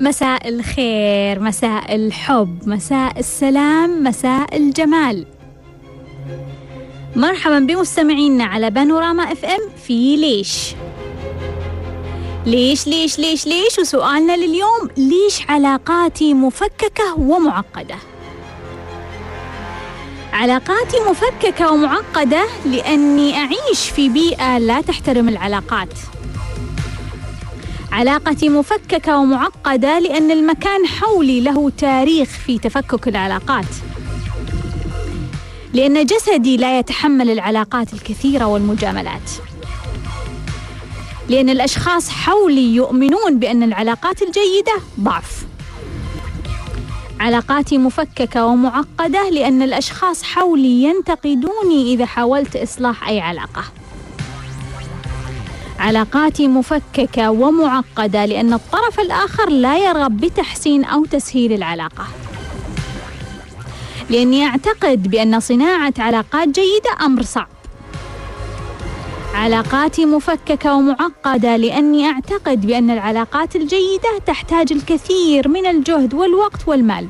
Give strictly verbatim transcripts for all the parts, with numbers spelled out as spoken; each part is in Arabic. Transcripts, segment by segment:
مساء الخير، مساء الحب، مساء السلام، مساء الجمال. مرحبا بمستمعينا على بانوراما اف ام في ليش ليش ليش ليش ليش وسؤالنا لليوم: ليش علاقاتي مفككة ومعقدة؟ علاقاتي مفككة ومعقدة لأني أعيش في بيئة لا تحترم العلاقات. علاقتي مفككة ومعقدة لأن المكان حولي له تاريخ في تفكك العلاقات، لأن جسدي لا يتحمل العلاقات الكثيرة والمجاملات، لأن الأشخاص حولي يؤمنون بأن العلاقات الجيدة ضعف. علاقاتي مفككة ومعقدة لأن الأشخاص حولي ينتقدوني إذا حاولت إصلاح أي علاقة. علاقاتي مفككة ومعقدة لأن الطرف الآخر لا يرغب بتحسين أو تسهيل العلاقة، لأني أعتقد بأن صناعة علاقات جيدة أمر صعب. علاقاتي مفككة ومعقدة لأني أعتقد بأن العلاقات الجيدة تحتاج الكثير من الجهد والوقت والمال.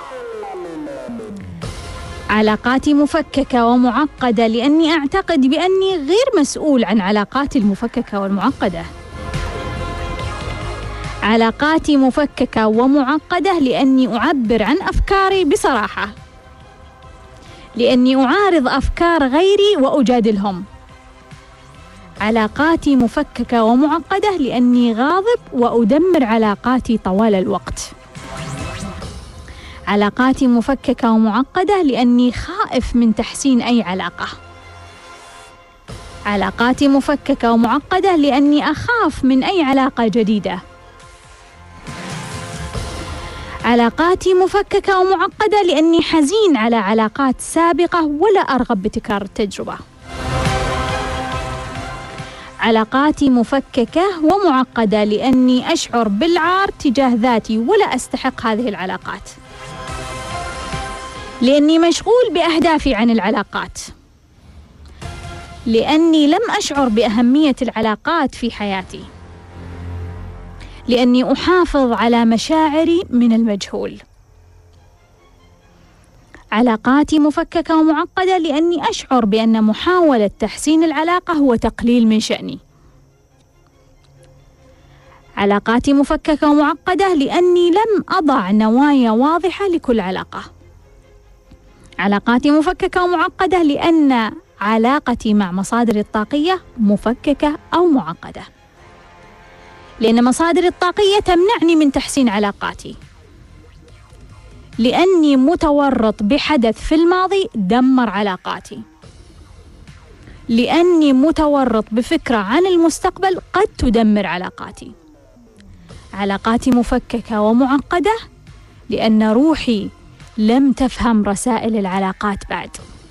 علاقاتي مفككة ومعقدة لأني أعتقد بأني غير مسؤول عن علاقاتي المفككة والمعقدة. علاقاتي مفككة ومعقدة لأني أعبر عن أفكاري بصراحة، لأني أعارض أفكار غيري وأجادلهم. علاقاتي مفككة ومعقدة لأني غاضب وأدمر علاقاتي طوال الوقت. علاقاتي مفككة ومعقدة لأني خائف من تحسين أي علاقة. علاقاتي مفككة ومعقدة لأني أخاف من أي علاقة جديدة. علاقاتي مفككة ومعقدة لأني حزين على علاقات سابقة ولا أرغب بتكرار التجربة. علاقاتي مفككة ومعقدة لأني أشعر بالعار تجاه ذاتي ولا أستحق هذه العلاقات، لأني مشغول بأهدافي عن العلاقات، لأني لم أشعر بأهمية العلاقات في حياتي، لأني أحافظ على مشاعري من المجهول. علاقاتي مفككة ومعقدة لأني أشعر بأن محاولة تحسين العلاقة هو تقليل من شأني. علاقاتي مفككة ومعقدة لأني لم أضع نوايا واضحة لكل علاقة. علاقاتي مفككة ومعقدة لأن علاقتي مع مصادري الطاقية مفككة أو معقدة، لأن مصادري الطاقية تمنعني من تحسين علاقاتي، لأني متورط بحدث في الماضي دمر علاقاتي، لأني متورط بفكرة عن المستقبل قد تدمر علاقاتي. علاقاتي مفككة ومعقدة لأن روحي لم تفهم رسائل العلاقات بعد.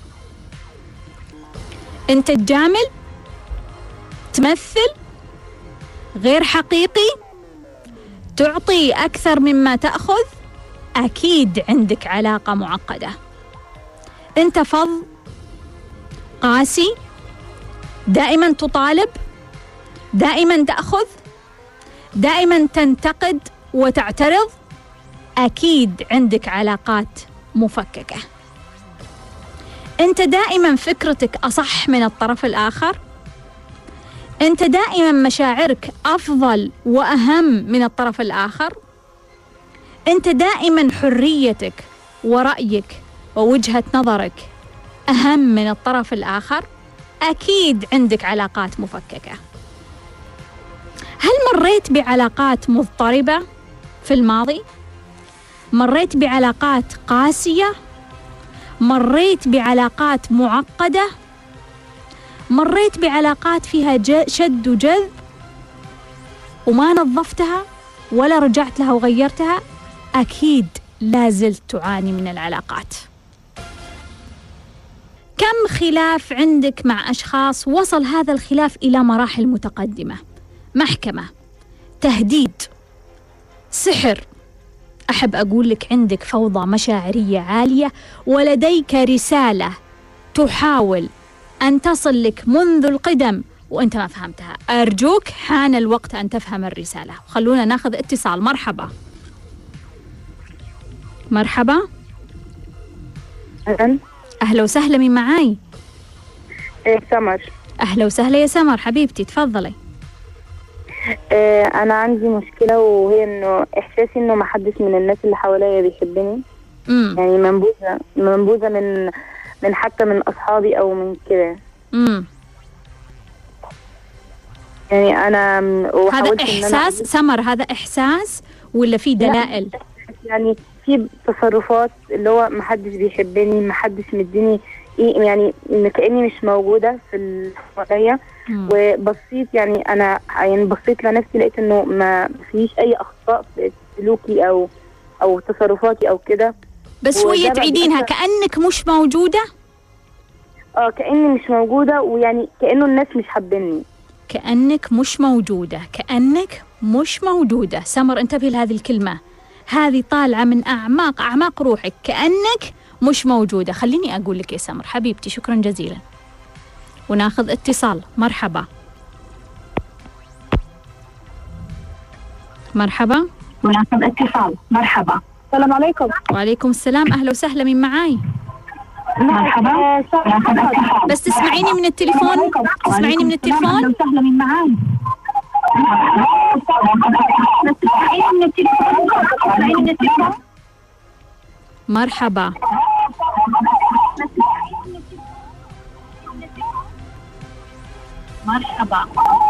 أنت تجامل، تمثل، غير حقيقي، تعطي أكثر مما تأخذ، أكيد عندك علاقة معقدة. أنت فظ، قاسي، دائما تطالب، دائما تأخذ، دائما تنتقد وتعترض، أكيد عندك علاقات مفككة. أنت دائما فكرتك أصح من الطرف الآخر، أنت دائما مشاعرك أفضل وأهم من الطرف الآخر، أنت دائما حريتك ورأيك ووجهة نظرك أهم من الطرف الآخر، أكيد عندك علاقات مفككة. هل مريت بعلاقات مضطربة في الماضي؟ مريت بعلاقات قاسية؟ مريت بعلاقات معقدة؟ مريت بعلاقات فيها شد وجذب وما نظفتها ولا رجعت لها وغيرتها؟ أكيد لازلت تعاني من العلاقات. كم خلاف عندك مع أشخاص وصل هذا الخلاف إلى مراحل متقدمة، محكمة، تهديد، سحر. أحب أقول لك عندك فوضى مشاعرية عالية، ولديك رسالة تحاول أن تصل لك منذ القدم وأنت ما فهمتها. أرجوك حان الوقت أن تفهم الرسالة. خلونا ناخذ اتصال. مرحبا. مرحبا. أهلا. أهلا وسهلا، من معاي؟ إيه سمر. أهلا وسهلا يا سمر حبيبتي، تفضلي. إيه أنا عندي مشكلة، وهي إنه إحساسي إنه ما حدش من الناس اللي حواليا بيحبني. امم يعني منبوذة منبوذة من من حتى من أصحابي أو من كده. امم يعني أنا هذا وحاولت إن أنا إحساس سمر، هذا إحساس ولا في دلائل؟ يعني في تصرفات اللي هو ما حدش بيحبني، ما حدش مديني إيه، يعني إن كأني مش موجودة في الحواليا. وبصيت يعني أنا يعني بصيت لنفسي لقيت إنه ما فيش أي أخطاء في سلوكي أو أو تصرفاتي أو كده. بس شوية تعيدينها، كأنك مش موجودة. اه كأني مش موجودة، ويعني كأنه الناس مش حابيني. كأنك مش موجودة، كأنك مش موجودة. سمر انتبهي لهذه الكلمة، هذه طالعة من أعماق أعماق روحك، كأنك مش موجودة. خليني أقول لك يا سمر حبيبتي، شكرا جزيلا. وناخذ اتصال. مرحبا. مرحبا. وناخذ اتصال. مرحبا. السلام عليكم. وعليكم السلام، أهلا وسهلا، من معاي؟ مرحبا. بس تسمعيني من التليفون، تسمعيني من التليفون. أهلا وسهلا، من معاي؟ بس تسمعيني من التليفون، تسمعيني من التليفون. مرحبا. مرحبا.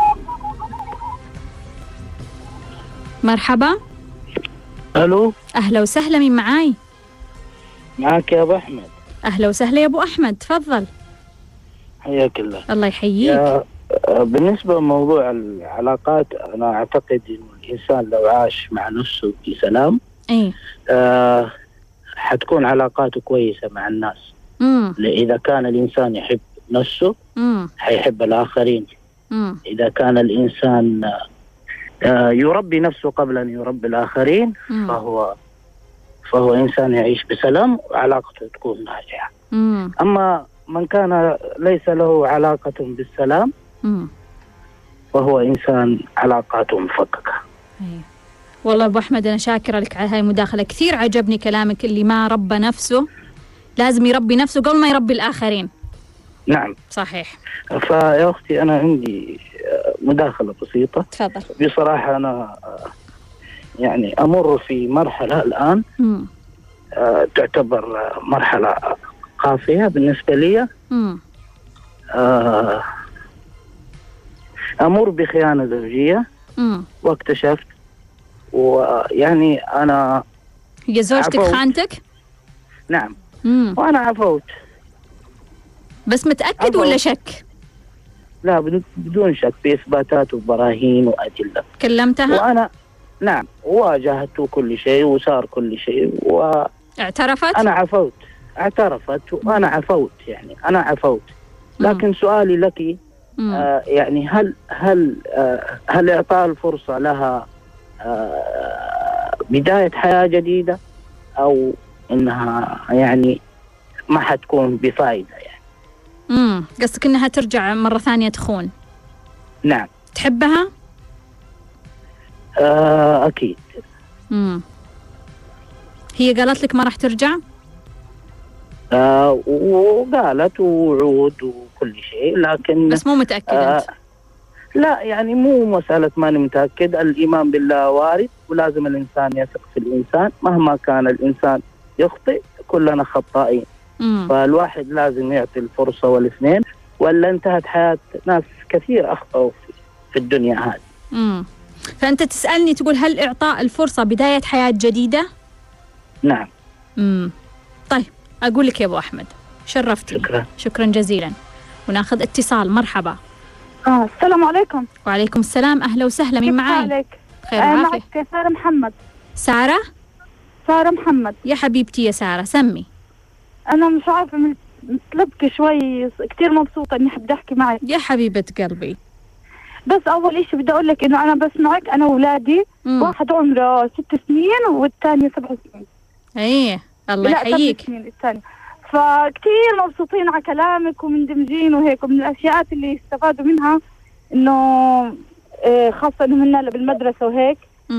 مرحبا. الو. اهلا وسهلا، من معاي؟ معك يا ابو احمد. اهلا وسهلا يا ابو احمد، تفضل. حياك الله. الله يحييك. بالنسبه لموضوع العلاقات، انا اعتقد انه الانسان لو عاش مع نفسه في سلام اي آه حتكون علاقاته كويسه مع الناس. امم اذا كان الانسان يحب نفسه امم حيحب الاخرين. امم اذا كان الانسان آه يربي نفسه قبل ان يربي الاخرين مم. فهو فهو انسان يعيش بسلام وعلاقته تكون ناجحه. امم اما من كان ليس له علاقه بالسلام امم وهو إنسان علاقاته مفككة. أي. والله أبو أحمد أنا شاكرة لك على هاي المداخلة، كثير عجبني كلامك. اللي ما ربى نفسه لازم يربي نفسه قبل ما يربي الآخرين. نعم صحيح. فيا أختي أنا عندي مداخلة بسيطة. تفضل. بصراحة أنا يعني أمر في مرحلة الآن مم. تعتبر مرحلة قاسية بالنسبة لي. مم. أمر بخيانة زوجية. مم. واكتشفت، ويعني أنا هي زوجتك عفوت. خانتك؟ نعم. مم. وأنا عفوت. بس متأكد عفوت. ولا شك؟ لا بدون شك، بإثباتات وبراهين وأدلة. كلمتها؟ وأنا نعم واجهت كل شيء وصار كل شيء و اعترفت؟ أنا عفوت. اعترفت وأنا عفوت، يعني أنا عفوت. لكن مم. سؤالي لك مم. آه يعني هل هل آه هل إعطاء الفرصة لها آه بداية حياة جديدة، أو إنها يعني ما حتكون بفائدة يعني؟ امم قصدك انها ترجع مرة ثانية تخون؟ نعم. تحبها؟ آه أكيد. امم هي قالت لك ما راح ترجع؟ آه وقالت وعود وكل شيء، لكن بس مو متأكد آه أنت؟ لا يعني مو مسألة ماني متأكد. الإيمان بالله وارد، ولازم الإنسان يثق في الإنسان مهما كان الإنسان يخطئ، كلنا خطائين. مم. فالواحد لازم يعطي الفرصة والاثنين، ولا انتهت حياة ناس كثير أخطأوا في, في الدنيا هذه. امم فأنت تسألني تقول هل إعطاء الفرصة بداية حياة جديدة؟ نعم. امم طيب أقول لك يا أبو أحمد، شرفتني. شكرا. شكرا جزيلا. وناخذ اتصال. مرحبا. آه السلام عليكم. وعليكم السلام، أهلا وسهلا، من معاي؟ كيف حالك؟ خير آه وعافية. معك سارة محمد. سارة؟ سارة محمد. يا حبيبتي يا سارة، سمي. أنا مش عارفة متلبكة شوي، كتير مبسوطة إني بدي أحكي معك. يا حبيبة قلبي. بس أول إشي بدي أقول لك إنه أنا بسمعك أنا وأولادي. مم. واحد عمره ست سنين والثانية سبع سنين. إيه الله لا يحييك. سبع سنين الثانية. فكتير مبسوطين على كلامك ومندمجين وهيك. ومن الأشياء اللي استفادوا منها إنه إيه خاصة إنه منا بالمدرسة وهيك. مم.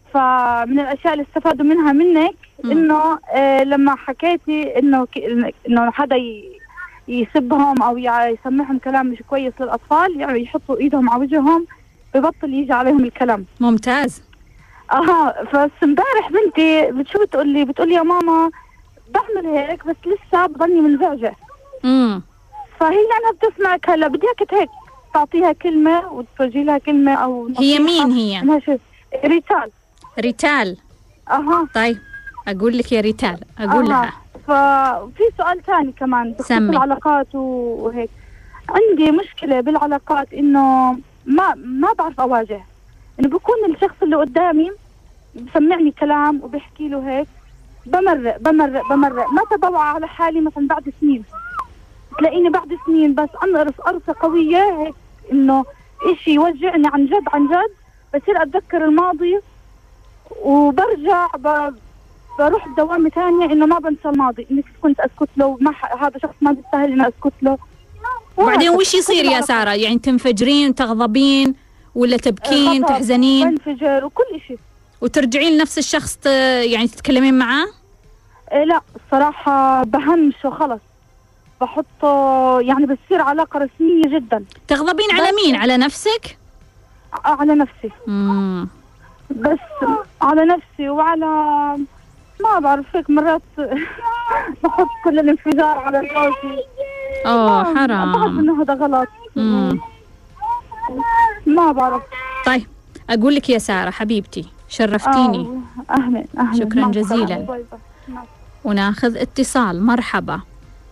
فمن الأشياء اللي استفادوا منها منك إنه آه لما حكيتي إنه إنه حدا يسبهم أو يسمعهم كلام مش كويس للأطفال، يعني يحطوا إيدهم على وجههم ببطل يجي عليهم الكلام. ممتاز. اها بس امبارح بنتي بتشوف بتقول لي بتقول لي يا ماما بعمل هيك بس لسه بضلني منزعجه. امم فهي انا بتسمعك هلا بدي اياك هيك تعطيها كلمه وتفرجي لها كلمه او هي مين هي؟ ريتال. ريتال. اها طيب اقول لك يا ريتال اقول أها. لها. ففي سؤال ثاني كمان بخصوص العلاقات وهيك. عندي مشكله بالعلاقات انه ما ما بعرف اواجه، انه بكون الشخص اللي قدامي بسمعني كلام وبيحكي له هيك بمرق بمرق بمرق ما تبوع على حالي. مثلا بعد سنين تلاقيني بعد سنين بس انقرص قرصه قويه هيك انه اشي يوجعني عن جد عن جد، بصير اتذكر الماضي وبرجع ب... بروح بدوامه ثانيه انه ما بنسى الماضي، اني كنت اسكت له ما ح... هذا شخص ما بيستاهل اني اسكت له. وبعدين وش يصير يا ساره؟ يعني تنفجرين تغضبين ولا تبكين تحزنين؟ بنفجر وكل شيء. وترجعين لنفس الشخص ت... يعني تتكلمين معاه؟ إيه لا الصراحة بهمشه خلص بحطه، يعني بتصير علاقة رسمية جدا. تغضبين على مين؟ على نفسك؟ على نفسي. مم. بس على نفسي وعلى ما بعرف هيك مرات بحط كل الانفجار على صوتي. اوه حرام. بعرف انه هذا غلط. مم. ما بعرف. طيب اقول لك يا سارة حبيبتي شرفتيني. اهلا اهلا. شكرا جزيلا. وناخذ اتصال. مرحبا.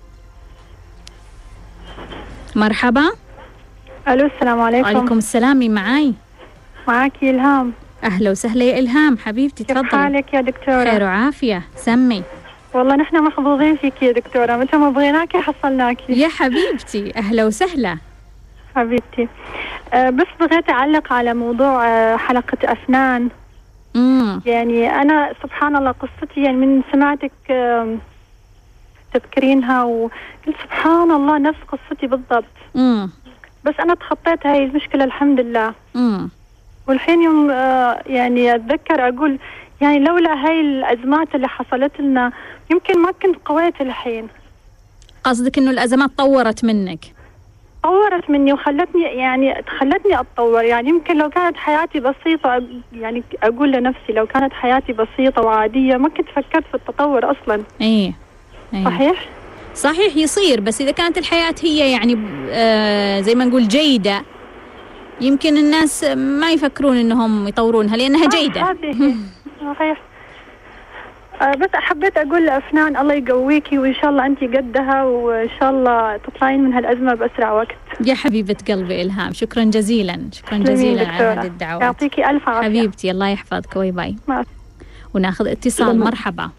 مرحبا. الو السلام عليكم. وعليكم السلام. مين معاي؟ معاكي إلهام. اهلا وسهلا يا إلهام حبيبتي تفضلي. كيف حالك يا دكتورة؟ خير وعافية. سمي. والله نحن محظوظين فيك يا دكتورة، متى ما بغيناكي حصلناكي يا حبيبتي. اهلا وسهلا حبيبتي. أه بس بغيت أعلق على موضوع أه حلقة أسنان. امم يعني أنا سبحان الله قصتي يعني من سمعتك أه تذكرينها وقلت سبحان الله نفس قصتي بالضبط. امم بس أنا تخطيت هاي المشكلة الحمد لله. امم والحين يوم أه يعني أتذكر أقول يعني لولا هاي الأزمات اللي حصلت لنا يمكن ما كنت قويت الحين. قصدك إنه الأزمات طورت منك؟ طورت مني وخلتني يعني خلتني أتطور. يعني يمكن لو كانت حياتي بسيطة يعني أقول لنفسي لو كانت حياتي بسيطة وعادية ما كنت فكرت في التطور أصلا. إيه, إيه. صحيح؟ صحيح يصير، بس إذا كانت الحياة هي يعني آه زي ما نقول جيدة يمكن الناس ما يفكرون إنهم يطورونها لأنها جيدة. صحيح. أه بس حبيت أقول لأفنان الله يقويكي وإن شاء الله أنت قدها وإن شاء الله تطلعين من هالأزمة بأسرع وقت. يا حبيبة قلبي إلهام شكرا جزيلا. شكرا جزيلا على هذه الدعوات. يعطيكي ألف عافية حبيبتي. الله يحفظك. باي باي. وناخذ اتصال. مرحبا.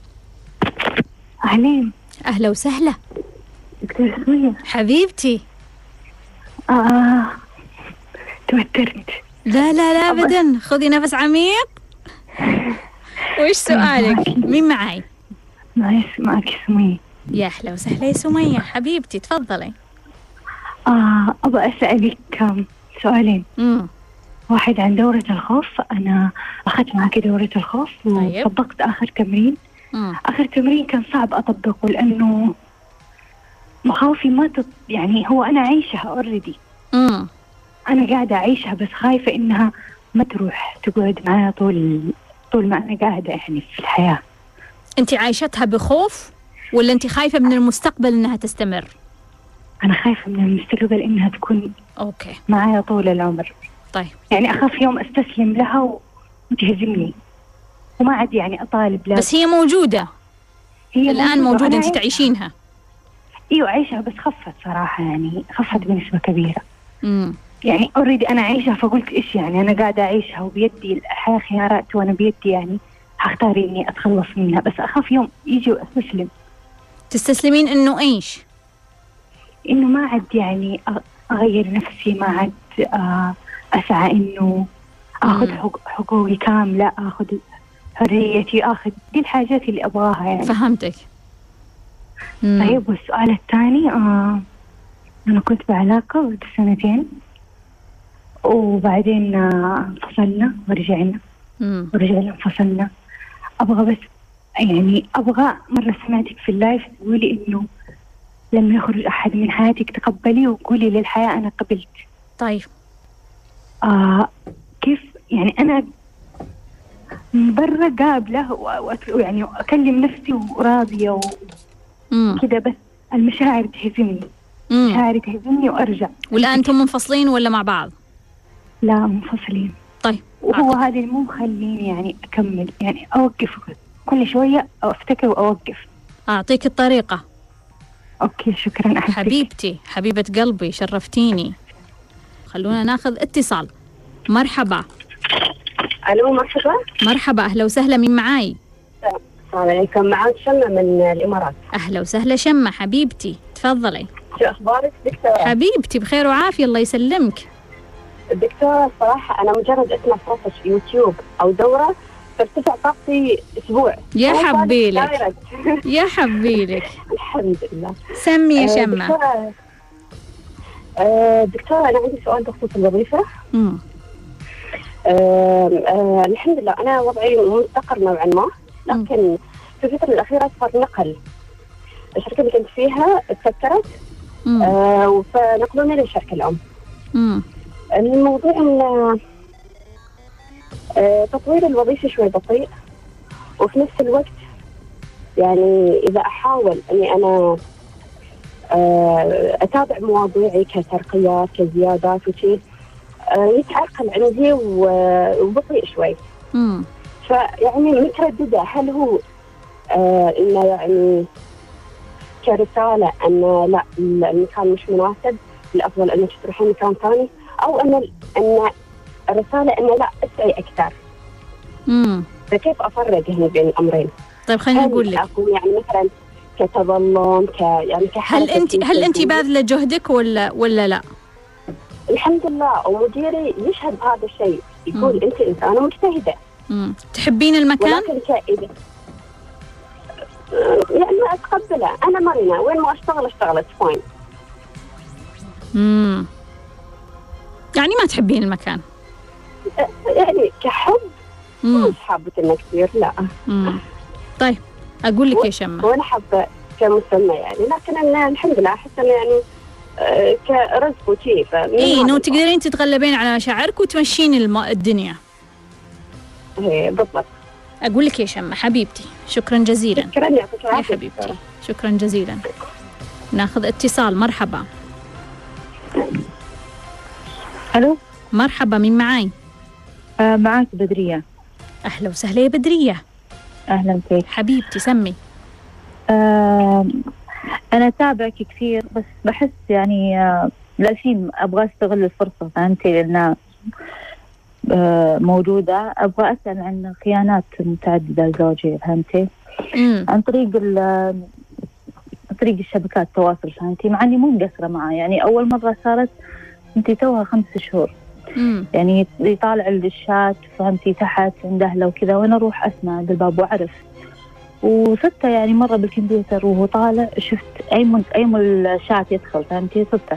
أهلين. أهلا وسهلا دكتورة سمية حبيبتي. آه توترت. لا لا لا أبدا. خذي نفس عميق. وإيش سؤالك؟ مين معي؟ معي معك سمية. يا أهلا وسهلا يا سمية حبيبتي تفضلي. آه أبغى أسألك سؤالين. امم واحد عن دورة الخوف. أنا أخذت معك دورة الخوف وطبقت آخر تمرين. مم. آخر تمرين كان صعب أطبقه لأنه مخاوفي ما تط... يعني هو أنا عايشها أوريدي. امم أنا قاعدة أعيشها بس خايفة إنها ما تروح تقعد معايا طول طول ما أنا قاعدة يعني في الحياة. أنت عايشتها بخوف ولا أنت خايفة من المستقبل إنها تستمر؟ أنا خايفة من المستقبل إنها تكون أوكي معايا طول العمر. طيب يعني أخاف يوم أستسلم لها وتهزمني وما عاد يعني أطالب لها. بس هي موجودة. هي الآن موجودة, موجودة. أنت تعيشينها. ايوه عايشها بس خفت صراحة يعني خفت بنسبة كبيرة. امم يعني اوريدي انا عايشها فقلت ايش يعني انا قاعدة اعيشها وبيدي الحياة خيارات وانا بيدي يعني هختار اني اتخلص منها. بس اخاف يوم يجي واستسلم. تستسلمين انه ايش؟ انه ما عاد يعني اغير نفسي، ما عاد اسعى انه اخذ حقوقي كاملة، اخذ حريتي، اخذ دي الحاجات اللي ابغاها يعني. فهمتك. مم. طيب والسؤال الثاني آه أنا كنت بعلاقة بعد سنتين وبعدين آه انفصلنا ورجعنا. ورجعنا انفصلنا. أبغى بس يعني أبغى مرة سمعتك في اللايف تقولي إنه لما يخرج أحد من حياتك تقبلي وقولي للحياة أنا قبلت. طيب آه كيف يعني أنا من برا قابلة ويعني أكلم نفسي وراضية وكذا، بس المشاعر تهزمني، مشاعر تهزمني وأرجع. والآن أنتم منفصلين ولا مع بعض؟ لا منفصلين. طيب وهو هذا اللي مو مخليني يعني أكمل، يعني أوقف كل شوية أفتكر وأوقف. أعطيك الطريقة. أوكي شكرا أحبك. حبيبتي حبيبة قلبي شرفتيني. خلونا ناخذ اتصال. مرحبا. ألو مرحبا. مرحبا أهلا وسهلا، مين معاي؟ السلام عليكم، معاك شمة من الإمارات. أهلا وسهلا شمة حبيبتي، تفضلي. شو أخبارك دكتورة؟ حبيبتي بخير وعافية الله يسلمك. الدكتورة الصراحة أنا مجرد أسمع صوتك يوتيوب أو دورة ترتفع طاقتي أسبوع. يا حبيلك يا حبيلك. الحمد لله. سمي يا شمة. دكتورة آه دكتورة أنا عندي سؤال بخصوص الوظيفة. امم آه آه الحمد لله أنا وضعي مستقر نوعا ما، لكن في الفترة الأخيرة صار نقل. الشركة اللي كنت فيها تسكرت، آه فنقلوني للشركة الأم. امم الموضوع إن آه تطوير الوظيفة شوي بطيء، وفي نفس الوقت يعني إذا أحاول إني أنا آه أتابع مواضيعي كترقيات كزيادات وشي آه يتعرقل عندي وبطيء وبطيء شوي. امم فيعني مترددة، هل هو آه إنه يعني كرسالة أن لا المكان مش مناسب، الأفضل أنك تروحين مكان ثاني، أو أن أن الرسالة أن لا اسعي أكثر. امم فكيف أفرق هنا بين الأمرين؟ طيب خليني أقول لك، أكون يعني مثلا كتظلم ك يعني هل أنت هل أنت باذلة جهدك ولا ولا لا؟ الحمد لله، ومديري يشهد بهذا الشيء، يقول مم. أنت إنسانة مجتهدة. امم تحبين المكان؟ ولكن كإذا يعني أتقبله، أنا مرنة، وين ما أشتغل اشتغلت فاين. امم يعني ما تحبين المكان؟ يعني كحب مش حابة إنه كثير، لا. امم طيب أقول لك يا شمة، وأنا حابة كمسمى يعني، لكن أنا الحمد لله أحس إنه يعني آه كرزق وشي. إيه إنه تقدرين تتغلبين على مشاعرك وتمشين الم... الدنيا. إيه بالضبط. أقول لك يا شمة حبيبتي شكرا جزيلا. شكرا يا حبيبتي شكرا جزيلا. ناخذ اتصال. مرحبا. ألو مرحبا، مين معاي؟ آه معاك بدرية. أهلا وسهلا يا بدرية. أهلا فيك حبيبتي سمي. آه أنا أتابعك كثير، بس بحس يعني آه للحين أبغى أستغل الفرصة، فهمتي، لأنها آه موجودة. أبغى أسأل عن خيانات متعددة لزوجي، فهمتي، عن طريق عن طريق الشبكات التواصل، فهمتي، مع إني مو مقصرة معاه. يعني أول مرة صارت أنتي توها خمس شهور. مم. يعني يطالع الشات، فهمتي، تحت عند أهله وكذا، وأنا أروح أسمع عند الباب وأعرف. وصدته يعني مرة بالكمبيوتر وهو طالع شفت أي من أي من الشات يدخل، فهمتي، صدته.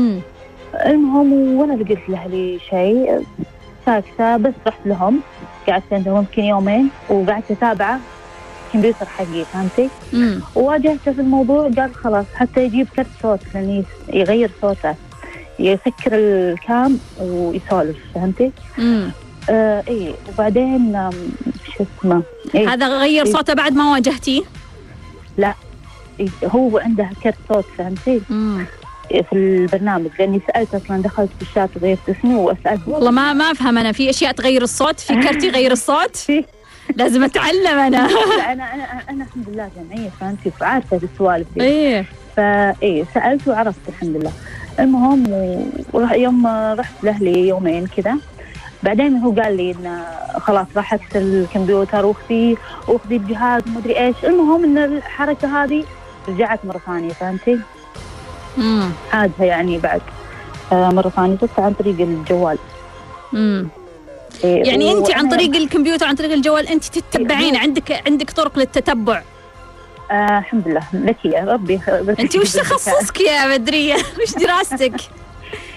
المهم وأنا قلت لأهلي شيء، ساكتة، بس رحت لهم قعدت عندهم يمكن يومين وقعدت أتابعه الكمبيوتر حقي، فهمتي. مم. وواجهته في الموضوع، قال خلاص حتى يجيب كرت صوت يعني يغير صوته، يسكر الكام ويسولف، فهمتي. امم آه ايه وبعدين شو اسمه إيه؟ هذا غير صوته بعد ما واجهتيه؟ لا إيه هو عنده كرت صوت، فهمتي. امم في البرنامج، لاني سالت اصلا، دخلت في الشات وغيرت اسمي واسالت. والله ما ما افهم انا، في اشياء تغير الصوت، في كرت يغير الصوت. لازم اتعلم انا. انا انا انا الحمد لله جمعيه، فهمتي، فعارفه السوالف دي. ايه فايه سالت وعرفت الحمد لله. المهم يوم رحت لاهلي يومين كذا، بعدين هو قال لي إن خلاص راح أكسر الكمبيوتر واختي واخذي الجهاز وما أدري إيش. المهم إن الحركة هذه رجعت مرة ثانية، فهمتي. امم عادها يعني بعد آه مرة ثانية، بس عن طريق الجوال. امم إيه يعني أنت عن طريق الكمبيوتر، عن طريق الجوال، أنت تتبعين، عندك عندك طرق للتتبع. آه الحمد لله، ذكية ربي. أنت وش تخصصك يا بدرية؟ وش دراستك؟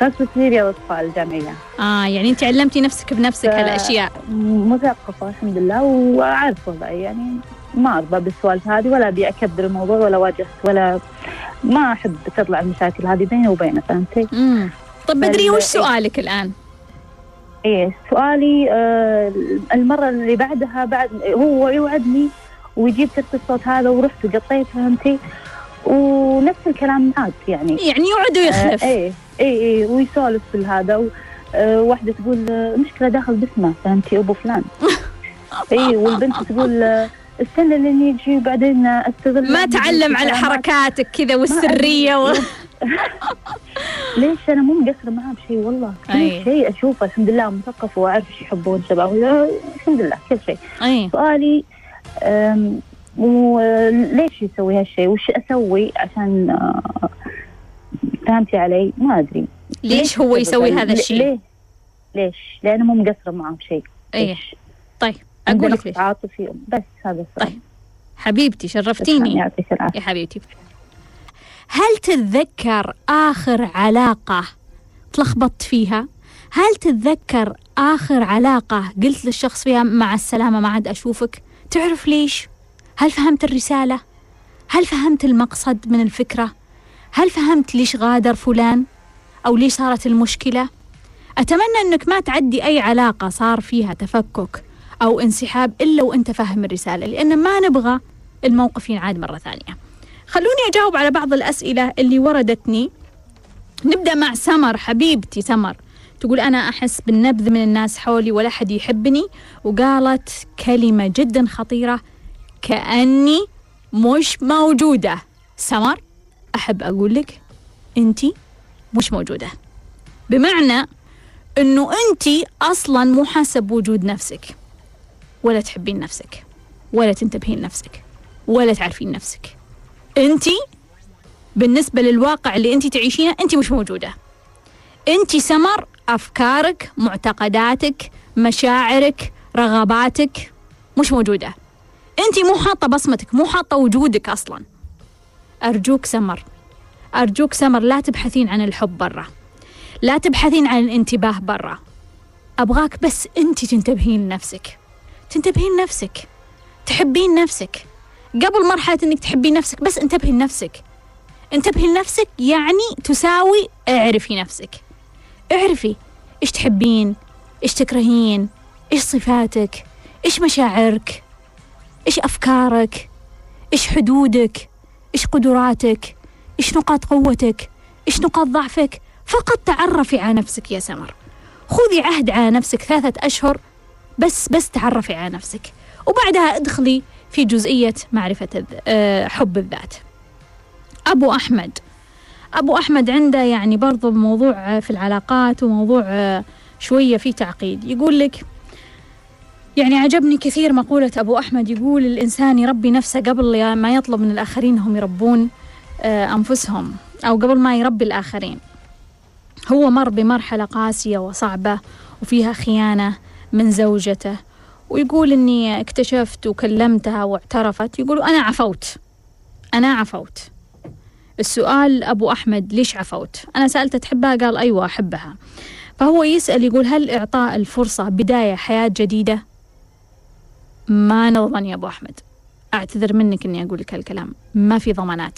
تخصص لي رياضة أطفال الجامعية. آه يعني أنت علمتي نفسك بنفسك هالأشياء. مثقفة الحمد لله وعارف وضعي، يعني ما أرضى بالسوالف هذه ولا أبي أكبر الموضوع ولا واجهت ولا ما أحب تطلع المشاكل هذه بيني وبينه، فهمتي؟ امم طب بدري وش سؤالك الآن؟ إيه سؤالي آه المرة اللي بعدها بعد هو يوعدني ويجيب سيرة الصوت هذا ورحت وقطيت، فهمتي؟ ونفس الكلام عاد يعني يعني يوعد ويخلف. آه ايه ايه ايه ويسولف بالهذا و... آه واحدة تقول آه مشكلة داخل باسمه، فهمتي؟ أبو فلان. ايه والبنت تقول آه السنة اللي نيجي بعدين استغل ما تعلم على حركاتك كذا والسرية و... ليش أنا مو مقصرة معاه بشيء والله، كل أيه. شيء أشوفه الحمد لله مثقف وأعرف إيش يحبون شباب الحمد لله كل شيء. أيه. سؤالي وليش يسوي هالشيء وش أسوي عشان فهمتي علي؟ ما أدري ليش, ليش هو يسوي هذا الشيء؟ ليه؟ ليش؟ لأنه مو مقصرة معاه بشيء. أيه. طيب أقول لك ليش عاطفي بس هذا السؤال. طيب حبيبتي شرفتيني يا حبيبتي. هل تتذكر آخر علاقة تلخبطت فيها؟ هل تتذكر آخر علاقة قلت للشخص فيها مع السلامة ما عاد أشوفك؟ تعرف ليش؟ هل فهمت الرسالة؟ هل فهمت المقصد من الفكرة؟ هل فهمت ليش غادر فلان؟ أو ليش صارت المشكلة؟ أتمنى أنك ما تعدي أي علاقة صار فيها تفكك أو انسحاب إلا وأنت فاهم الرسالة، لأن ما نبغى الموقف ينعاد مرة ثانية. خلوني أجاوب على بعض الأسئلة اللي وردتني. نبدأ مع سمر. حبيبتي سمر تقول أنا أحس بالنبذ من الناس حولي ولا حد يحبني، وقالت كلمة جدا خطيرة كأني مش موجودة. سمر أحب أقول لك أنتي مش موجودة، بمعنى أنه أنتي أصلا مو حاسة بوجود نفسك ولا تحبين نفسك ولا تنتبهين نفسك ولا تعرفين نفسك. أنتي بالنسبة للواقع اللي أنتي تعيشينه أنتي مش موجودة. أنتي سمر أفكارك، معتقداتك، مشاعرك، رغباتك مش موجودة. أنتي مو حاطة بصمتك، مو حاطة وجودك أصلا. أرجوك سمر، أرجوك سمر لا تبحثين عن الحب برا، لا تبحثين عن الانتباه برا. أبغاك بس أنتي تنتبهين لنفسك، تنتبهين لنفسك، تحبين نفسك. قبل مرحلة أنك تحبين نفسك بس انتبهي لنفسك. انتبهي لنفسك يعني تساوي اعرفي نفسك، اعرفي إيش تحبين، إيش تكرهين، إيش صفاتك، إيش مشاعرك، إيش أفكارك، إيش حدودك، إيش قدراتك، إيش نقاط قوتك، إيش نقاط ضعفك. فقط تعرفي على نفسك يا سمر. خذي عهد على نفسك ثلاثة أشهر بس بس تعرفي على نفسك، وبعدها ادخلي في جزئية معرفة حب الذات. أبو أحمد أبو أحمد عنده يعني برضو موضوع في العلاقات وموضوع شوية فيه تعقيد. يقول لك يعني عجبني كثير مقولة أبو أحمد، يقول الإنسان يربي نفسه قبل ما يطلب من الآخرين هم يربون أنفسهم، أو قبل ما يربي الآخرين. هو مر بمرحلة قاسية وصعبة وفيها خيانة من زوجته، ويقول إني اكتشفت وكلمتها واعترفت. يقول أنا عفوت أنا عفوت. السؤال أبو أحمد ليش عفوت؟ أنا سألته تحبها؟ قال أيوة أحبها. فهو يسأل يقول هل إعطاء الفرصة بداية حياة جديدة؟ ما نضمن يا أبو أحمد، أعتذر منك إني أقول لك هالكلام. ما في ضمانات،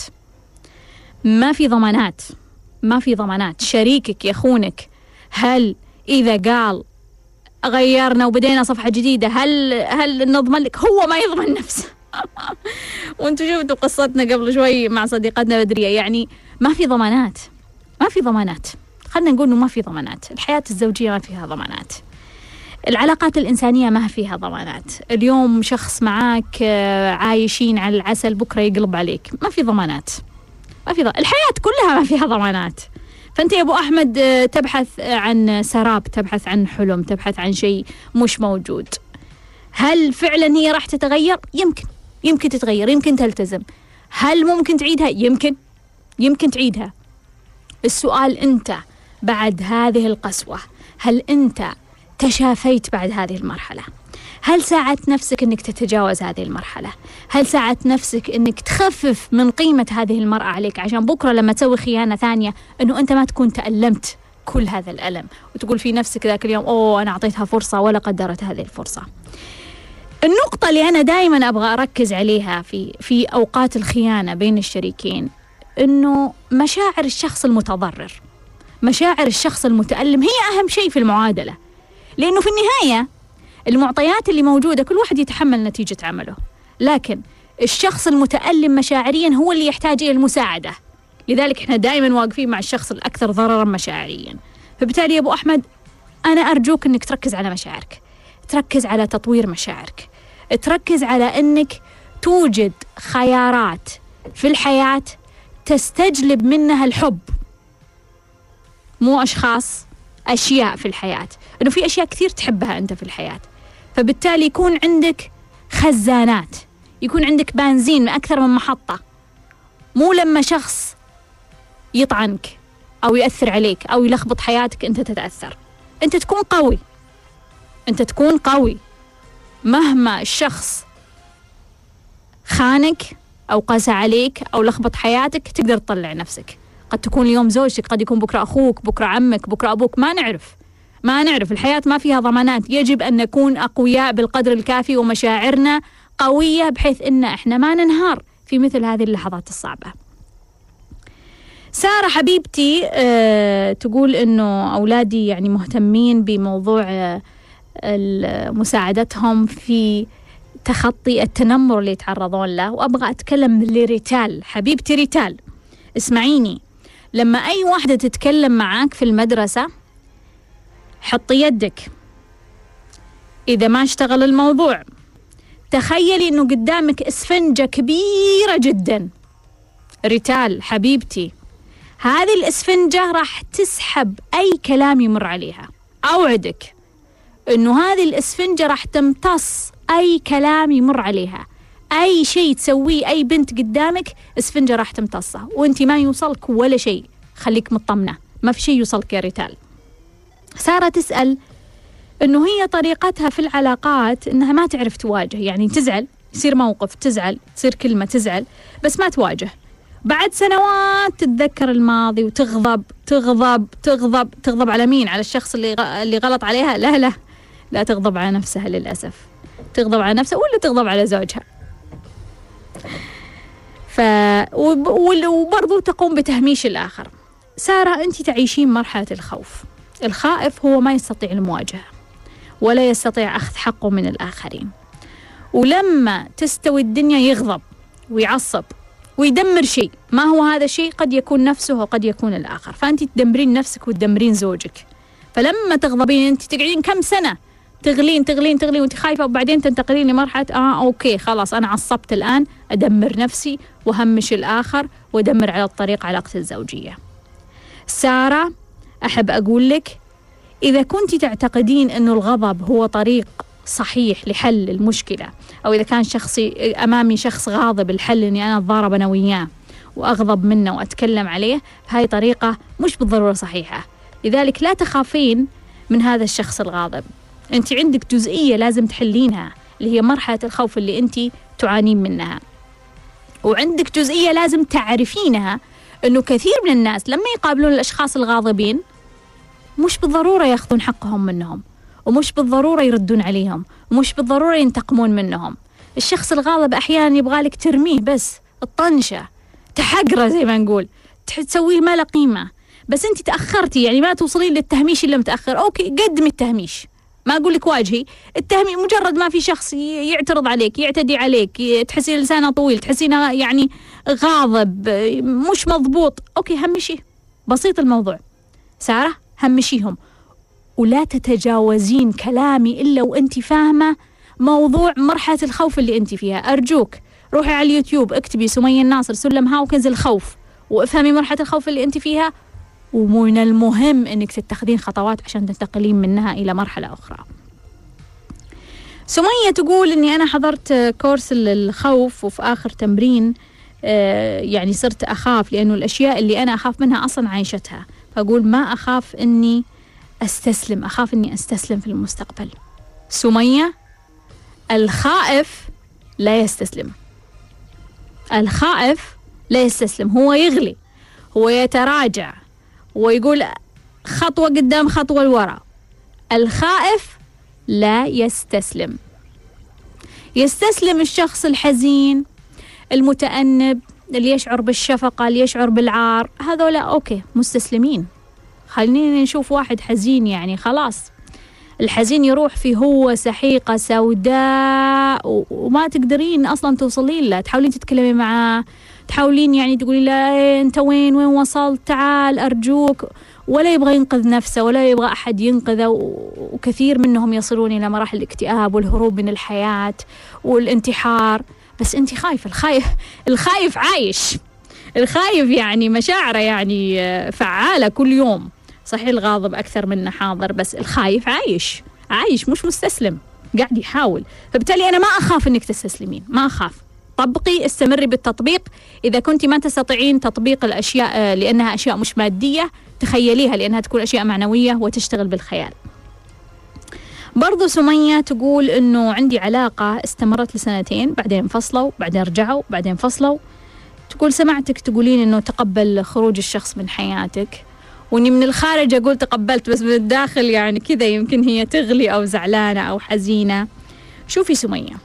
ما في ضمانات ما في ضمانات. شريكك يخونك، هل إذا قال غيرنا وبدينا صفحة جديدة هل هل نضمن لك؟ هو ما يضمن نفسه. وانتوا شفتوا قصتنا قبل شوي مع صديقتنا بدرية، يعني ما في ضمانات ما في ضمانات خلنا نقول إنه ما في ضمانات. الحياة الزوجية ما فيها ضمانات، العلاقات الإنسانية ما فيها ضمانات. اليوم شخص معاك عايشين على العسل، بكرة يقلب عليك، ما في ضمانات ما في ض... الحياة كلها ما فيها ضمانات. فأنت يا أبو أحمد تبحث عن سراب، تبحث عن حلم، تبحث عن شيء مش موجود. هل فعلا هي راح تتغير؟ يمكن يمكن تتغير، يمكن تلتزم. هل ممكن تعيدها؟ يمكن يمكن تعيدها. السؤال أنت بعد هذه القسوة هل أنت تشافيت بعد هذه المرحلة؟ هل ساعدت نفسك أنك تتجاوز هذه المرحلة؟ هل ساعدت نفسك أنك تخفف من قيمة هذه المرأة عليك، عشان بكرة لما تسوي خيانة ثانية أنه أنت ما تكون تألمت كل هذا الألم وتقول في نفسك ذاك اليوم أوه أنا أعطيتها فرصة ولا قدرت هذه الفرصة. النقطة اللي أنا دائما أبغى أركز عليها في في أوقات الخيانة بين الشريكين إنه مشاعر الشخص المتضرر، مشاعر الشخص المتألم هي أهم شيء في المعادلة، لأنه في النهاية المعطيات اللي موجودة كل واحد يتحمل نتيجة عمله، لكن الشخص المتألم مشاعريا هو اللي يحتاج إلى المساعدة. لذلك إحنا دائما واقفين مع الشخص الأكثر ضررا مشاعريا. فبالتالي يا أبو أحمد أنا أرجوك أنك تركز على مشاعرك، تركز على تطوير مشاعرك، تركز على أنك توجد خيارات في الحياة تستجلب منها الحب، مو أشخاص، أشياء في الحياة، أنه في أشياء كثير تحبها أنت في الحياة. فبالتالي يكون عندك خزانات، يكون عندك بنزين من أكثر من محطة، مو لما شخص يطعنك أو يأثر عليك أو يلخبط حياتك أنت تتأثر. أنت تكون قوي، أنت تكون قوي مهما الشخص خانك أو قسى عليك أو لخبط حياتك، تقدر تطلع نفسك. قد تكون اليوم زوجتك، قد يكون بكرة أخوك، بكرة عمك، بكرة أبوك، ما نعرف ما نعرف الحياة ما فيها ضمانات. يجب أن نكون أقوياء بالقدر الكافي ومشاعرنا قوية بحيث إن إحنا ما ننهار في مثل هذه اللحظات الصعبة. سارة حبيبتي أه تقول إنه أولادي يعني مهتمين بموضوع أه مساعدتهم في تخطي التنمر اللي يتعرضون له، وأبغى أتكلم لريتال. حبيبتي ريتال اسمعيني، لما أي واحدة تتكلم معاك في المدرسة حطي يدك، إذا ما اشتغل الموضوع تخيلي إنه قدامك إسفنجة كبيرة جدا. ريتال حبيبتي، هذه الإسفنجة راح تسحب أي كلام يمر عليها. أوعدك إنه هذه الإسفنجة راح تمتص أي كلام يمر عليها. أي شيء تسويه أي بنت قدامك إسفنجة راح تمتصه، وأنت ما يوصلك ولا شيء. خليك مطمنة، ما في شيء يوصلك يا ريتال. سارة تسأل إنه هي طريقتها في العلاقات إنها ما تعرف تواجه، يعني تزعل، يصير موقف تزعل، تصير كلمة تزعل، بس ما تواجه. بعد سنوات تتذكر الماضي وتغضب تغضب تغضب تغضب على مين؟ على الشخص اللي اللي غلط عليها؟ لا لا لا، تغضب على نفسها للأسف، تغضب على نفسها ولا تغضب على زوجها. ف وبرضو تقوم بتهميش الآخر. سارة أنت تعيشين مرحلة الخوف. الخائف هو ما يستطيع المواجهة ولا يستطيع أخذ حقه من الآخرين، ولما تستوي الدنيا يغضب ويعصب ويدمر شيء. ما هو هذا الشيء؟ قد يكون نفسه وقد يكون الآخر. فأنت تدمرين نفسك وتدمرين زوجك. فلما تغضبين أنت تقعدين كم سنة تغلين تغلين تغلين وانت خايفة، وبعدين تنتقلين لمرحلة آه أوكي خلاص أنا عصبت الآن، أدمر نفسي وهمش الآخر وأدمر على الطريق علاقتي الزوجية. سارة أحب أقول لك، إذا كنت تعتقدين أنه الغضب هو طريق صحيح لحل المشكلة، أو إذا كان شخصي أمامي شخص غاضب، الحل أني أنا أتضارب أنا وياه وأغضب منه وأتكلم عليه، هاي طريقة مش بالضرورة صحيحة. لذلك لا تخافين من هذا الشخص الغاضب. أنت عندك جزئية لازم تحلينها اللي هي مرحلة الخوف اللي أنت تعانين منها، وعندك جزئية لازم تعرفينها أنه كثير من الناس لما يقابلون الأشخاص الغاضبين مش بالضرورة يأخذون حقهم منهم، ومش بالضرورة يردون عليهم، ومش بالضرورة ينتقمون منهم. الشخص الغاضب أحيانا يبغالك ترميه بس، الطنشة تحقره زي ما نقول، تسويه ما له قيمة. بس أنت تأخرتي، يعني ما توصلين للتهميش إلا متأخر. أوكي قدمي التهميش، ما أقول لك واجهي التهميش. مجرد ما في شخص يعترض عليك، يعتدي عليك، تحسين لسانه طويل، تحسينه يعني غاضب مش مضبوط، أوكي همشيه، بسيط الموضوع. سارة همشيهم، ولا تتجاوزين كلامي إلا وأنت فاهمة موضوع مرحلة الخوف اللي أنت فيها. أرجوك روحي على اليوتيوب اكتبي سمية الناصر سلم هاوكنز الخوف، وافهمي مرحلة الخوف اللي أنت فيها، ومن المهم أنك تتخذين خطوات عشان تنتقلين منها إلى مرحلة أخرى. سمية تقول أني أنا حضرت كورس الخوف، وفي آخر تمرين آه يعني صرت أخاف، لأنه الأشياء اللي أنا أخاف منها أصلا عايشتها، فأقول ما أخاف أني أستسلم، أخاف أني أستسلم في المستقبل. سمية، الخائف لا يستسلم، الخائف لا يستسلم، هو يغلي، هو يتراجع، ويقول خطوة قدام خطوة لورا. الخائف لا يستسلم. يستسلم الشخص الحزين المتأنب اللي يشعر بالشفقة، اللي يشعر بالعار، هذولا أوكي مستسلمين. خلينا نشوف واحد حزين، يعني خلاص الحزين يروح في هو سحيقة سوداء وما تقدرين أصلا توصلين له، تحاولين تتكلمي معاه، تحاولين يعني تقولي له أنت وين وين وصلت، تعال أرجوك، ولا يبغى ينقذ نفسه ولا يبغى أحد ينقذه. وكثير منهم يصلون إلى مراحل الاكتئاب والهروب من الحياة والانتحار. بس أنت خايفة. الخايف الخايف عايش. الخايف يعني مشاعره يعني فعالة كل يوم. صحيح الغاضب أكثر منه حاضر، بس الخايف عايش عايش مش مستسلم، قاعد يحاول. فبالتالي أنا ما أخاف إنك تستسلمين، ما أخاف. طبقي، استمري بالتطبيق. إذا كنت ما تستطيعين تطبيق الأشياء لأنها أشياء مش مادية، تخيليها لأنها تكون أشياء معنوية وتشتغل بالخيال. برضو سمية تقول إنه عندي علاقة استمرت لسنتين، بعدين انفصلوا، بعدين رجعوا، بعدين انفصلوا. تقول سمعتك تقولين إنه تقبل خروج الشخص من حياتك، وإني من الخارج أقول تقبلت، بس من الداخل يعني كذا يمكن هي تغلي أو زعلانة أو حزينة. شوفي سمية،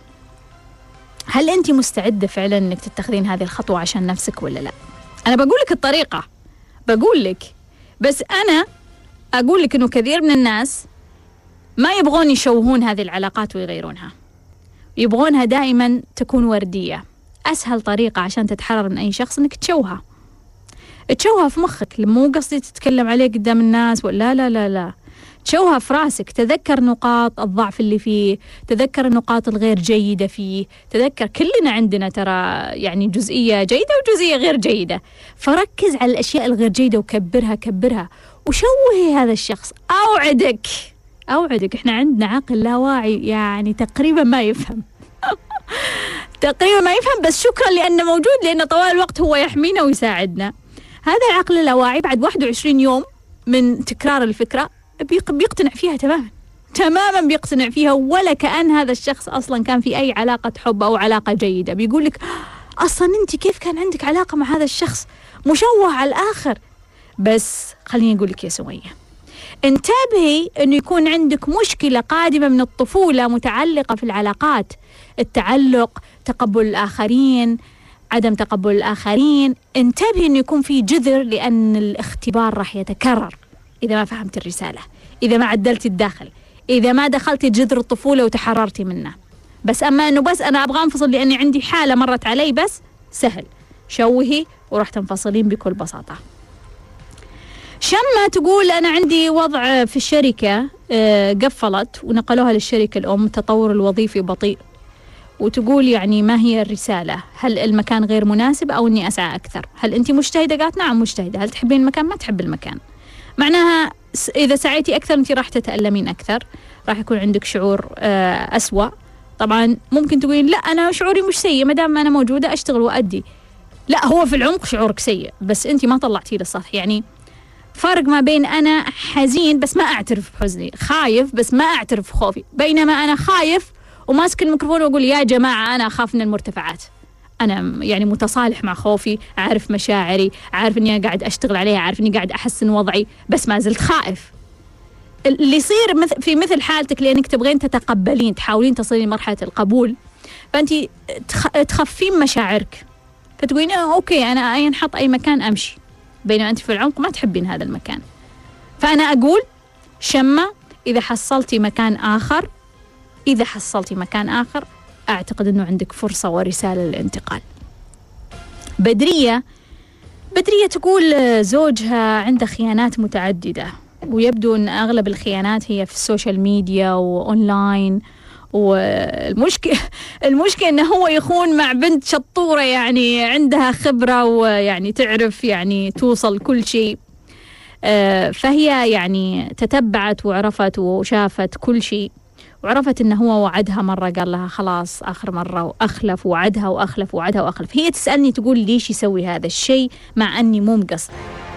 هل أنت مستعدة فعلا إنك تتخذين هذه الخطوة عشان نفسك ولا لا؟ أنا بقول لك الطريقة، بقول لك، بس أنا أقول لك إنه كثير من الناس ما يبغون يشوهون هذه العلاقات ويغيرونها، يبغونها دائما تكون وردية. أسهل طريقة عشان تتحرر من أي شخص إنك تشوهها، تشوهها في مخك. مو قصدي تتكلم عليه قدام الناس ولا لا لا لا، تشوهها في راسك. تذكر نقاط الضعف اللي فيه، تذكر النقاط الغير جيدة فيه، تذكر كلنا عندنا ترى يعني جزئية جيدة وجزئية غير جيدة. فركز على الأشياء الغير جيدة وكبرها كبرها وشوهي هذا الشخص. أوعدك أوعدك إحنا عندنا عقل لا واعي يعني تقريبا ما يفهم تقريبا ما يفهم، بس شكرا لأنه موجود، لأنه طوال الوقت هو يحمينا ويساعدنا. هذا العقل اللاواعي بعد واحد وعشرين يوم من تكرار الفكرة بيقتنع فيها تماما تماما، بيقتنع فيها ولا كأن هذا الشخص أصلا كان في أي علاقة حب أو علاقة جيدة. بيقول لك أصلا أنت كيف كان عندك علاقة مع هذا الشخص، مشوه على الآخر. بس خليني أقول لك يا سمية، انتبهي أنه يكون عندك مشكلة قادمة من الطفولة متعلقة في العلاقات، التعلق، تقبل الآخرين، عدم تقبل الآخرين. انتبهي أنه يكون في جذر، لأن الاختبار راح يتكرر إذا ما فهمت الرسالة، إذا ما عدلت الداخل، إذا ما دخلت جذر الطفولة وتحررتي منه. بس أما أنه بس أنا أبغى أنفصل لأني عندي حالة مرت علي، بس سهل، شوهي وراح تنفصلين بكل بساطة. شمة تقول أنا عندي وضع في الشركة قفلت ونقلوها للشركة الأم، التطور الوظيفي بطيء، وتقول يعني ما هي الرسالة؟ هل المكان غير مناسب أو أني أسعى أكثر؟ هل أنت مجتهدة؟ قالت نعم مجتهدة. هل تحبين المكان؟ ما تحب المكان. معناها إذا سعيتي أكثر أنت راح تتألمين أكثر، راح يكون عندك شعور أسوأ. طبعا ممكن تقولين لا أنا شعوري مش سيء، ما دام أنا موجودة أشتغل وأدي. لا، هو في العمق شعورك سيء، بس أنت ما طلعتيه للسطح. يعني فرق ما بين أنا حزين بس ما أعترف بحزني، خايف بس ما أعترف بخوفي، بينما أنا خايف وماسك الميكروفون وأقول يا جماعة أنا أخاف من المرتفعات، أنا يعني متصالح مع خوفي، عارف مشاعري، عارف إني قاعد أشتغل عليها، عارف إني قاعد أحسن وضعي، بس ما زلت خائف. اللي يصير في مثل حالتك لأنك تبغين تتقبلين، تحاولين تصلين لمرحلة القبول، فأنت تخفين مشاعرك، فتقولين أوكي أنا أين حط أي مكان أمشي، بينما أنت في العمق ما تحبين هذا المكان. فأنا أقول شمة، إذا حصلتي مكان آخر إذا حصلتي مكان آخر أعتقد أنه عندك فرصة ورسالة للانتقال. بدرية بدرية تقول زوجها عنده خيانات متعددة، ويبدو أن أغلب الخيانات هي في السوشيال ميديا وأونلاين، والمشكلة المشكلة أنه هو يخون مع بنت شطورة يعني عندها خبرة ويعني تعرف يعني توصل كل شيء. فهي يعني تتبعت وعرفت وشافت كل شيء، وعرفت إنه هو وعدها مرة، قال لها خلاص آخر مرة، وأخلف وعدها وأخلف وعدها وأخلف. هي تسألني تقول ليش يسوي هذا الشيء مع أني مو مقصر.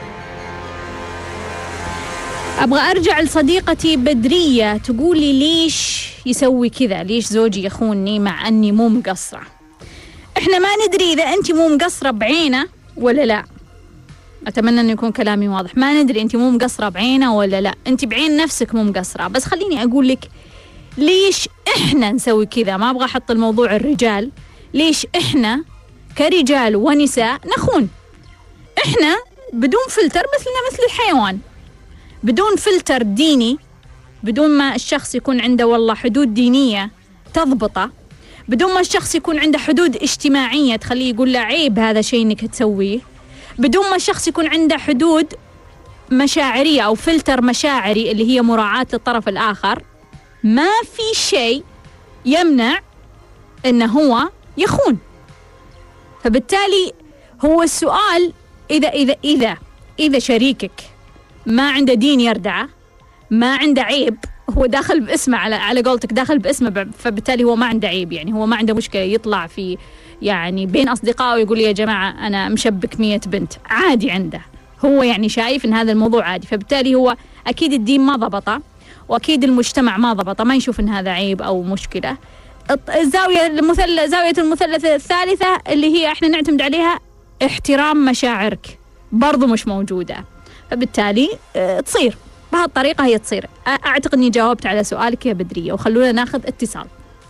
أبغى أرجع لصديقتي بدرية، تقولي ليش يسوي كذا، ليش زوجي يخونني مع أني مو مقصرة. إحنا ما ندري إذا أنت مو مقصرة بعينه ولا لا، أتمنى أن يكون كلامي واضح. ما ندري أنت مو مقصرة بعينه ولا لا، أنت بعين نفسك مو مقصرة. بس خليني أقول لك ليش إحنا نسوي كذا. ما أبغى أحط الموضوع الرجال، ليش إحنا كرجال ونساء نخون. إحنا بدون فلتر مثلنا مثل الحيوان، بدون فلتر ديني، بدون ما الشخص يكون عنده والله حدود دينية تضبطه، بدون ما الشخص يكون عنده حدود اجتماعية تخليه يقول له عيب هذا شيء إنك تسويه، بدون ما الشخص يكون عنده حدود مشاعرية أو فلتر مشاعري اللي هي مراعاة للطرف الآخر، ما في شيء يمنع إنه هو يخون. فبالتالي هو السؤال إذا إذا إذا إذا شريكك ما عنده دين يردعه، ما عنده عيب، هو داخل باسمه على على قولتك داخل باسمه، فبالتالي هو ما عنده عيب، يعني هو ما عنده مشكلة يطلع في يعني بين أصدقائه ويقول يا جماعة أنا مشبك مية بنت، عادي عنده، هو يعني شايف إن هذا الموضوع عادي. فبالتالي هو أكيد الدين ما ضبطه، وأكيد المجتمع ما ضبطه، ما يشوف إن هذا عيب أو مشكلة. الزاوية المثلث زاوية المثلث الثالثة اللي هي إحنا نعتمد عليها احترام مشاعرك برضو مش موجودة، فبالتالي تصير بهالطريقة هي تصير. أعتقد أني جاوبت على سؤالك يا بدرية، وخلونا ناخذ اتصال.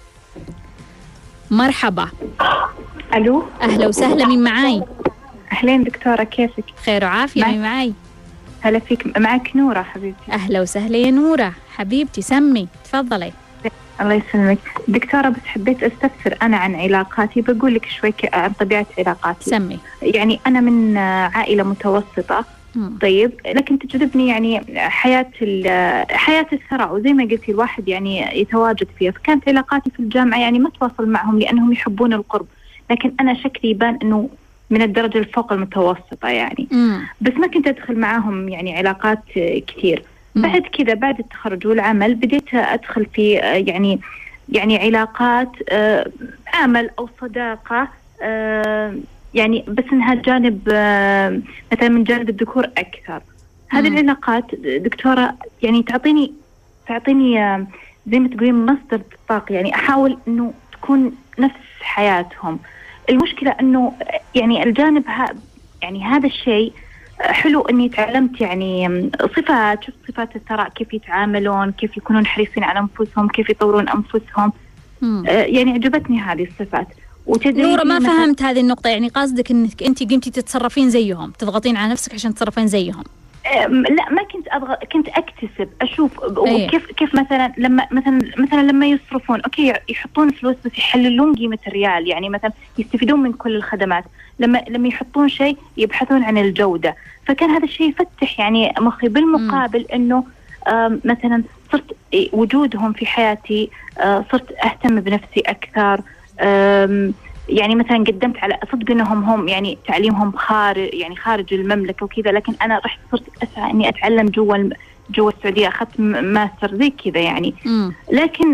مرحبا. ألو. أهلا وسهلا، من معاي؟ أهلين دكتورة، كيفك؟ خير وعافية. من معاي؟ هلا فيك، معك نورة حبيبتي. أهلا وسهلا يا نورة حبيبتي، سمي تفضلي. الله يسلمك دكتورة، بس حبيت أستفسر أنا عن علاقاتي، بقول لك شوي عن طبيعة علاقاتي. سمي. يعني أنا من عائلة متوسطة. مم. طيب، لكن تجذبني يعني حياة حياة الثراء، وزي ما قلتي الواحد يعني يتواجد فيها. فكانت علاقاتي في الجامعة يعني ما تواصل معهم لأنهم يحبون القرب، لكن أنا شكلي يبان أنه من الدرجة الفوق المتوسطة يعني. مم. بس ما كنت أدخل معهم يعني علاقات كثير. مم. بعد كذا بعد التخرج والعمل بديت أدخل في يعني يعني علاقات عمل أو صداقة، يعني بس إنها جانب مثلا من جانب الذكور أكثر. هذه العلاقات دكتورة يعني تعطيني تعطيني زي ما تقولين مصدر طاقة، يعني أحاول إنه تكون نفس حياتهم. المشكلة إنه يعني الجانب ها يعني هذا الشيء حلو إني تعلمت يعني صفات، شفت صفات الثراء كيف يتعاملون، كيف يكونون حريصين على أنفسهم، كيف يطورون أنفسهم. آه يعني عجبتني هذه الصفات. نورة ما فهمت هذه النقطة، يعني قصدك إنك أنت قمتي تتصرفين زيهم، تضغطين على نفسك عشان تصرفين زيهم؟ لا ما كنت أضغط، كنت أكتسب أشوف أيه. كيف كيف مثلا لما مثلا مثلا لما يصرفون أوكي يحطون فلوس بس يحللون قيمة الريال، يعني مثلا يستفيدون من كل الخدمات. لما لما يحطون شيء يبحثون عن الجودة، فكان هذا الشيء يفتح يعني مخي. بالمقابل إنه مثلا صرت وجودهم في حياتي، صرت أهتم بنفسي أكثر. يعني مثلا قدمت على صدق انهم هم يعني تعليمهم خارج يعني خارج المملكه وكذا، لكن انا رحت صرت اسعى اني اتعلم جوا جوا السعوديه، اخذت ماستر زي كذا يعني. م. لكن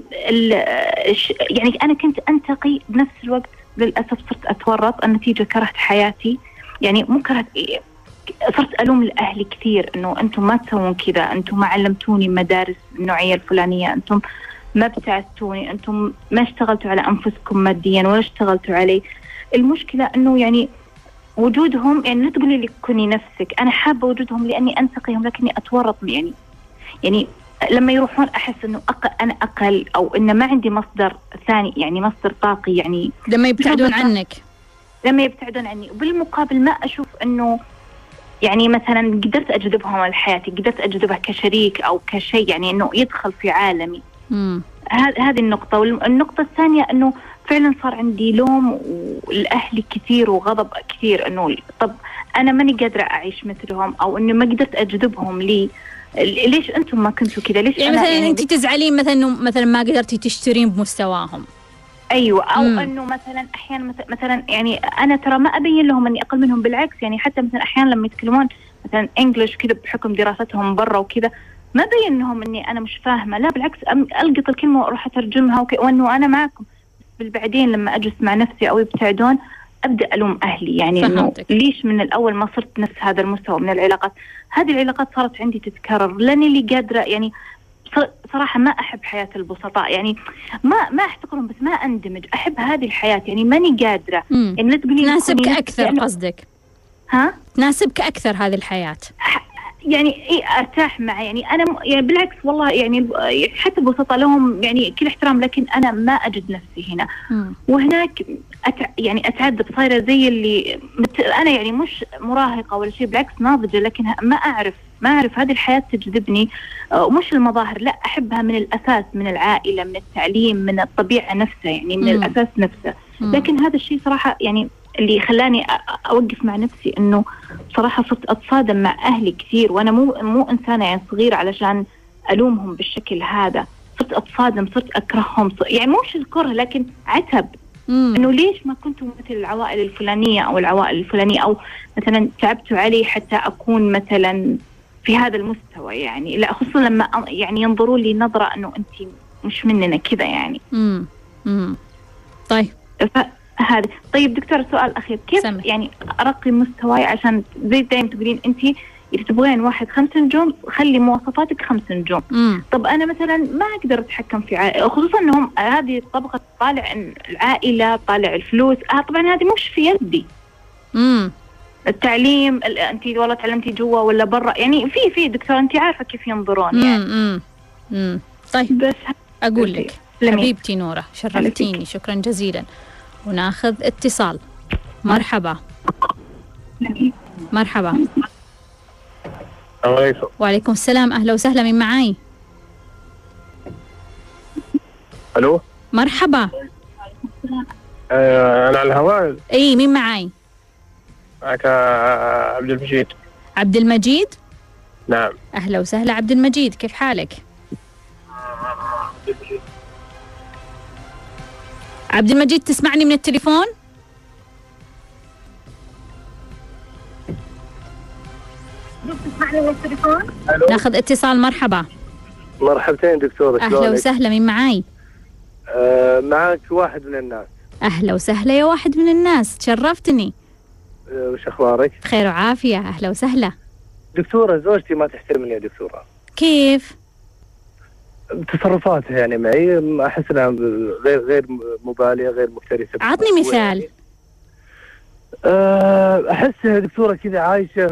يعني انا كنت انتقي بنفس الوقت، للاسف صرت اتورط. النتيجه كرهت حياتي، يعني مو كرهت، صرت الوم لاهلي كثير انه انتم ما تسوون كذا، انتم ما علمتوني مدارس النوعيه الفلانيه، انتم ما ابتعثتوني، أنتم ما اشتغلتوا على أنفسكم ماديا ولا اشتغلتوا علي. المشكلة أنه يعني وجودهم، يعني لا تقولي لي كوني نفسك، أنا حابة وجودهم لأني أنتقيهم، لكني أتورط يعني يعني لما يروحون أحس أنه أقل أنا أقل، أو أنه ما عندي مصدر ثاني يعني مصدر طاقي. يعني لما يبتعدون عنك لما يبتعدون عني وبالمقابل ما أشوف أنه يعني مثلا قدرت أجذبهم على حياتي، قدرت أجذبه كشريك أو كشيء يعني أنه يدخل في عالمي. هذه النقطة. والنقطة الثانية أنه فعلا صار عندي لوم لأهلي كثير وغضب كثير، أنه طب أنا ماني قادرة أعيش مثلهم، أو أنه ما قدرت أجذبهم لي. ليش أنتم ما كنتوا كذا؟ ليش يعني مثلا يعني أنت تزعلين مثلا أنه مثلا ما قدرتي تشترين بمستواهم؟ أيوة. أو مم. أنه مثلا أحيانا مثلا يعني أنا ترى ما أبين لهم أني أقل منهم، بالعكس يعني حتى مثلا أحيانا لما يتكلمون مثلا إنجليش كذا بحكم دراستهم برا وكذا، ما بين لهم اني انا مش فاهمه، لا بالعكس القط الكلمه واروح اترجمها وك... وانه انا معكم. بالبعدين لما اجلس مع نفسي او يبتعدون ابدا الوم اهلي، يعني انه ليش من الاول ما صرت نفس هذا المستوى من العلاقات. هذه العلاقات صارت عندي تتكرر، لاني اللي قادره يعني صراحه ما احب حياه البسطاء، يعني ما ما احتقرهم بس ما اندمج، احب هذه الحياه، يعني ماني قادره. مم. يعني لا تقولي تناسبك اكثر يعني قصدك. ها تناسبك أكثر هذه الحياة؟ يعني إيه ارتاح معه، يعني انا م... يعني بالعكس والله يعني حتى ببساطه لهم يعني كل احترام، لكن انا ما اجد نفسي هنا. م. وهناك أت... يعني اتعذب، صايره زي اللي مت... انا يعني مش مراهقه ولا شيء، بالعكس ناضجه، لكن ما اعرف ما اعرف هذه الحياه تجذبني، ومش المظاهر، لا احبها من الاساس، من العائله، من التعليم، من الطبيعه نفسها، يعني من م. الاساس نفسه. م. لكن هذا الشيء صراحه يعني اللي خلاني أوقف مع نفسي، إنه صراحة صرت أتصادم مع أهلي كثير، وأنا مو مو إنسانة يعني صغيرة علشان ألومهم بالشكل هذا. صرت أتصادم، صرت أكرههم، صرت يعني مش الكره لكن عتب، إنه ليش ما كنتوا مثل العوائل الفلانية أو العوائل الفلانية، أو مثلا تعبتوا علي حتى أكون مثلا في هذا المستوى، يعني لا، خصوصا لما يعني ينظروا لي نظرة إنه أنت مش مننا كذا يعني. امم امم طيب هذا. طيب دكتور سؤال أخير، كيف سمع. يعني أرقي مستواي عشان زي دايما تقولين أنت إذا تبغين واحد خمس نجوم خلي مواصفاتك خمس نجوم. مم. طب أنا مثلا ما أقدر أتحكم في عائلة، خصوصا أنهم هذه طبقة طالع العائلة، طالع الفلوس، آه طبعا هذه مش في يدي. مم. التعليم، أنت والله تعلمتي جوا ولا برا، يعني في في دكتور أنت عارفة كيف ينظرون يعني. مم. مم. طيب بس أقول لك حبيبتي نورة، شرفتيني، شكرا جزيلا. وناخذ اتصال. مرحبا. مرحبا. عليكم. وعليكم السلام، أهلا وسهلا، من معاي؟ ألو. مرحبا. آه أنا على الهواء. إيه، مين معاي؟ معك عبد المجيد. عبد المجيد؟ نعم. أهلا وسهلا عبد المجيد، كيف حالك؟ عبد المجيد تسمعني من التليفون؟ تسمعني من التليفون؟ ناخذ اتصال. مرحبا. مرحبتين دكتورة. أهلا وسهلا، من معاي؟ آه معك واحد من الناس. أهلا وسهلا يا واحد من الناس، تشرفتني. آه وش أخبارك؟ خير وعافية، أهلا وسهلا. دكتورة زوجتي ما تحترمني يا دكتورة. كيف؟ تصرفاتها يعني معي أحس أنها غير غير مبالية، غير مفترسة. أعطني مثال. يعني أحسها دكتورة كذا عايشة،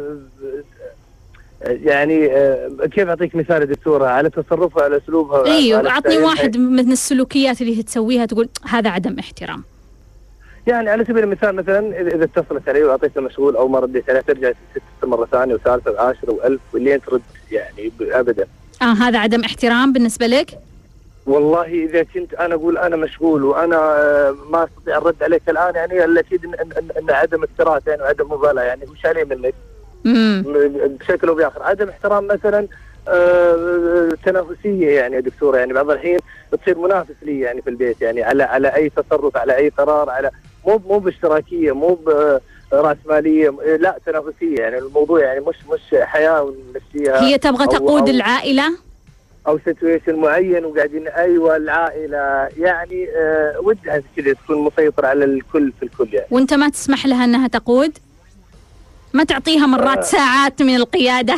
يعني كيف أعطيك مثال يا دكتورة على تصرفها، على أسلوبها. أيوة، أعطني واحد من السلوكيات اللي هي تسويها تقول هذا عدم احترام. يعني على سبيل المثال مثلا إذا اتصلت علي وأعطيتها مشغول أو ما رديت عليها ترجع ست مرة ثانية وثالثة وعاشرة وألف واللي ترد يعني أبدا. آه هذا عدم احترام بالنسبة لك؟ والله إذا كنت أنا أقول أنا مشغول وأنا ما أستطيع الرد عليك الآن، يعني الأكيد إن, إن, إن عدم اكتراث يعني وعدم مبالاة، يعني وش عليه منك؟ امم بشكل أو بآخر. عدم احترام مثلا آه تنافسية يعني يا دكتورة، يعني بعض الحين تصير منافس لي يعني في البيت، يعني على على أي تصرف، على أي قرار، على مو مو باشتراكية، مو برأسمالية، لا تنافسية، يعني الموضوع يعني مش مش حياة ونمشيها. هي تبغى تقود العائلة أو سيتويشن معين وقاعدين أيوة العائلة يعني آه ودها كذا تكون مسيطرة على الكل في الكل يعني. وأنت ما تسمح لها أنها تقود؟ ما مرات آه ساعات من القيادة؟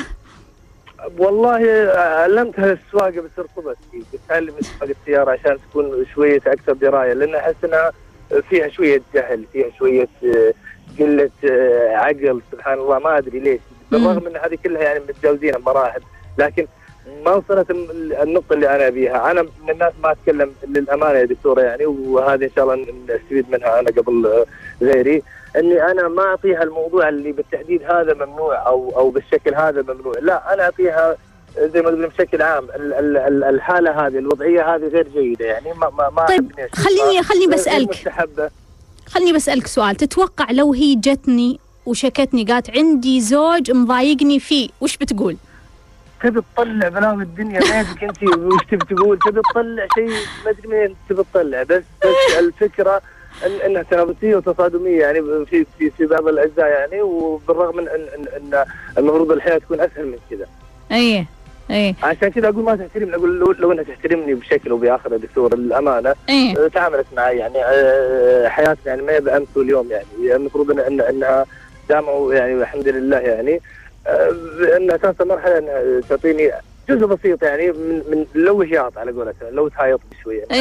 والله علمتها السواقة بس رفضت، بتعلم سواقة السيارة عشان تكون شوية أكثر دراية، لأن أحس أنها فيها شوية جهل، فيها شوية آه قلة آه عقل، سبحان الله ما أدري ليش، بالرغم أن هذه كلها يعني متجاوزين مراحل، لكن ما وصلت النقطة اللي أنا بيها. أنا من الناس ما أتكلم للأمانة يا دكتورة يعني، وهذه إن شاء الله نستفيد منها أنا قبل غيري، أني أنا ما أعطيها الموضوع اللي بالتحديد هذا ممنوع أو أو بالشكل هذا ممنوع، لا أنا أعطيها زي ما تقول بشكل عام الحالة هذه، الوضعية هذه غير جيدة يعني ما ما ما طيب خليني خليني بسألك خليني بسألك سؤال، تتوقع لو هي جتني وشكتني قالت عندي زوج مضايقني فيه، وش بتقول؟ تبي تطلع بلاوي الدنيا، ما ادري انت وش تبي تقول، تبي تطلع شيء ما ادري منين تبي تطلع، بس بس الفكره ان انها تنافسيه وتصادميه يعني في في في بعض الاجزاء يعني، وبالرغم من ان ان, إن المفروض الحياه تكون اسهل من كذا. ايه ايه عشان كذا اقول ما تحترمني، اقول لو, لو انها تحترمني بشكل او باخر يا دكتور الامانه إيه؟ تعاملت معي يعني حياتنا يعني ما هي بامس واليوم، يعني المفروض ان انها داموا يعني الحمد لله يعني انها كانت مرحله انها تعطيني جزء بسيط يعني من من لو هياط على قولتها، لو تهايط شويه ايه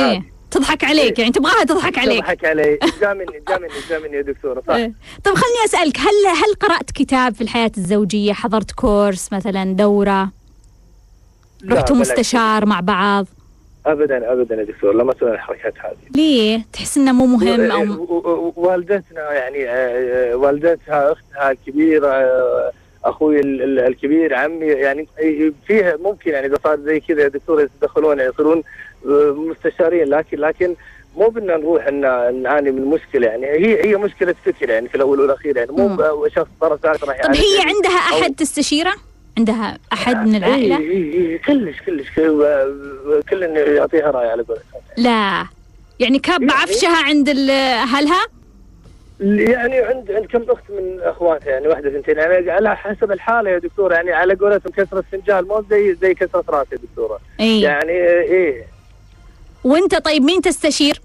تضحك عليك يعني تبغاها تضحك عليك. تضحك علي جامني جامني جامني يا دكتورة صح. طب خلني أسألك، هل هل قرأت كتاب في الحياة الزوجية؟ حضرت كورس مثلا، دورة، رحتوا مستشار مع بعض؟ ابدا ابدا يا دكتور، لا ما سوينا الحركات هذه. ليه؟ تحس انه مو مهم او والدتنا يعني والدتها اختها الكبيره اخوي الكبير عمي يعني فيها ممكن يعني اذا صار زي كذا يا دكتور يتدخلون يعني يصيرون مستشارين، لكن لكن مو بدنا نروح ان نعاني من مشكله يعني هي هي مشكله فكر يعني في الاول والاخير يعني مو شخص طرف ثالث راح. طب هي عندها احد تستشيره؟ عندها احد من العائله؟ اي اي كلش كلش كل يعطيها راي على قولتهم. لا يعني كاب عفشها عند اهلها؟ يعني عند عند كم اخت من اخواتها يعني واحده ثنتين يعني على حسب الحاله يا دكتوره، يعني على قولتهم كسره فنجان مو زي زي كسره راس يا دكتوره. إيه؟ يعني ايه. وانت طيب مين تستشير؟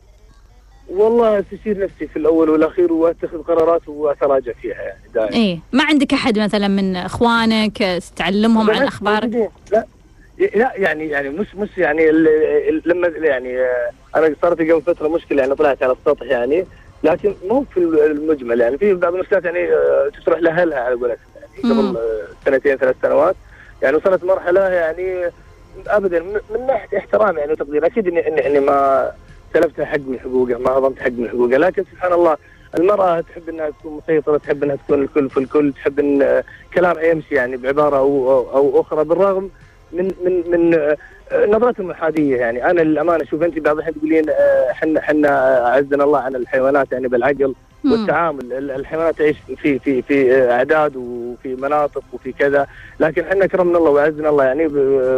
والله استشير نفسي في الاول والاخير واتخذ قرارات واتراجع فيها يعني دائما. ايه ما عندك احد مثلا من اخوانك تعلمهم عن اخبارك؟ لا لا يعني يعني مش مش يعني لما يعني انا صارت قبل فتره مشكله يعني طلعت على السطح يعني، لكن مو في المجمل يعني في بعض المشكلات يعني تروح لاهلها على قولتهم يعني قبل سنتين ثلاث سنوات يعني وصلت مرحله يعني ابدا من ناحيه احترام يعني وتقدير اكيد اني اني ما سلبتها حق من حقوقها، ما هضمت حق من حقوقها، لكن سبحان الله المرأة تحب انها تكون مسيطرة، تحب انها تكون الكل في الكل، تحب ان كلامها يمشي يعني بعبارة او او اخرى بالرغم من من من نظرتهم الحادية يعني. انا للامانة شوف انت بعض الحين تقولين احنا احنا عزنا الله عن الحيوانات يعني بالعقل والتعامل، الحيوانات تعيش في في في اعداد وفي مناطق وفي كذا، لكن احنا كرمنا الله وعزنا الله يعني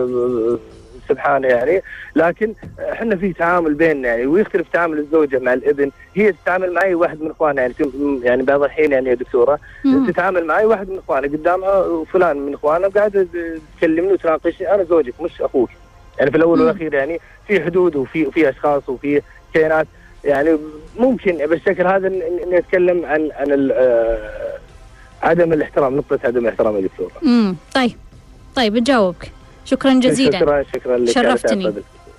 سبحانه يعني، لكن احنا في تعامل بيننا يعني ويختلف تعامل الزوجه مع الابن، هي تتعامل معي واحد من اخوانها يعني يعني بعض الحين يعني يا دكتوره تتعامل معي واحد من اخوانها قدامها فلان من اخوانها قاعده تكلمني وتناقشني انا زوجك مش اخوك يعني في الاول والاخير يعني في حدود وفي وفي اشخاص وفي كيانات يعني ممكن بالشكل هذا اني اتكلم عن عن عدم الاحترام، نقطه عدم الاحترام يا دكتوره. امم طيب طيب اجاوبك. شكرا جزيلا. شكرا شكرا لك، شرفتني.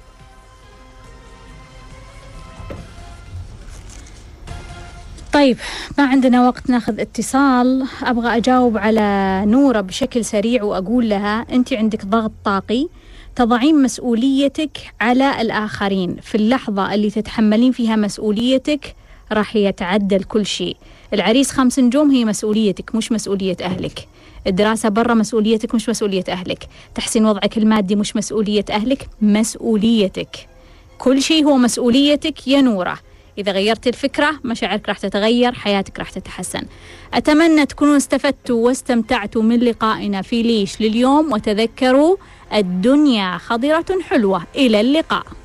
طيب ما عندنا وقت ناخذ اتصال، أبغى أجاوب على نورة بشكل سريع وأقول لها أنت عندك ضغط طاقي، تضعين مسؤوليتك على الآخرين، في اللحظة اللي تتحملين فيها مسؤوليتك راح يتعدل كل شيء. العريس خمس نجوم هي مسؤوليتك مش مسؤولية أهلك، الدراسة برا مسؤوليتك مش مسؤولية أهلك، تحسين وضعك المادي مش مسؤولية أهلك، مسؤوليتك، كل شيء هو مسؤوليتك يا نورة. إذا غيرت الفكرة مشاعرك راح تتغير، حياتك راح تتحسن. أتمنى تكونوا استفدتوا واستمتعتوا من لقائنا في ليش لليوم، وتذكروا الدنيا خضرة حلوة. إلى اللقاء.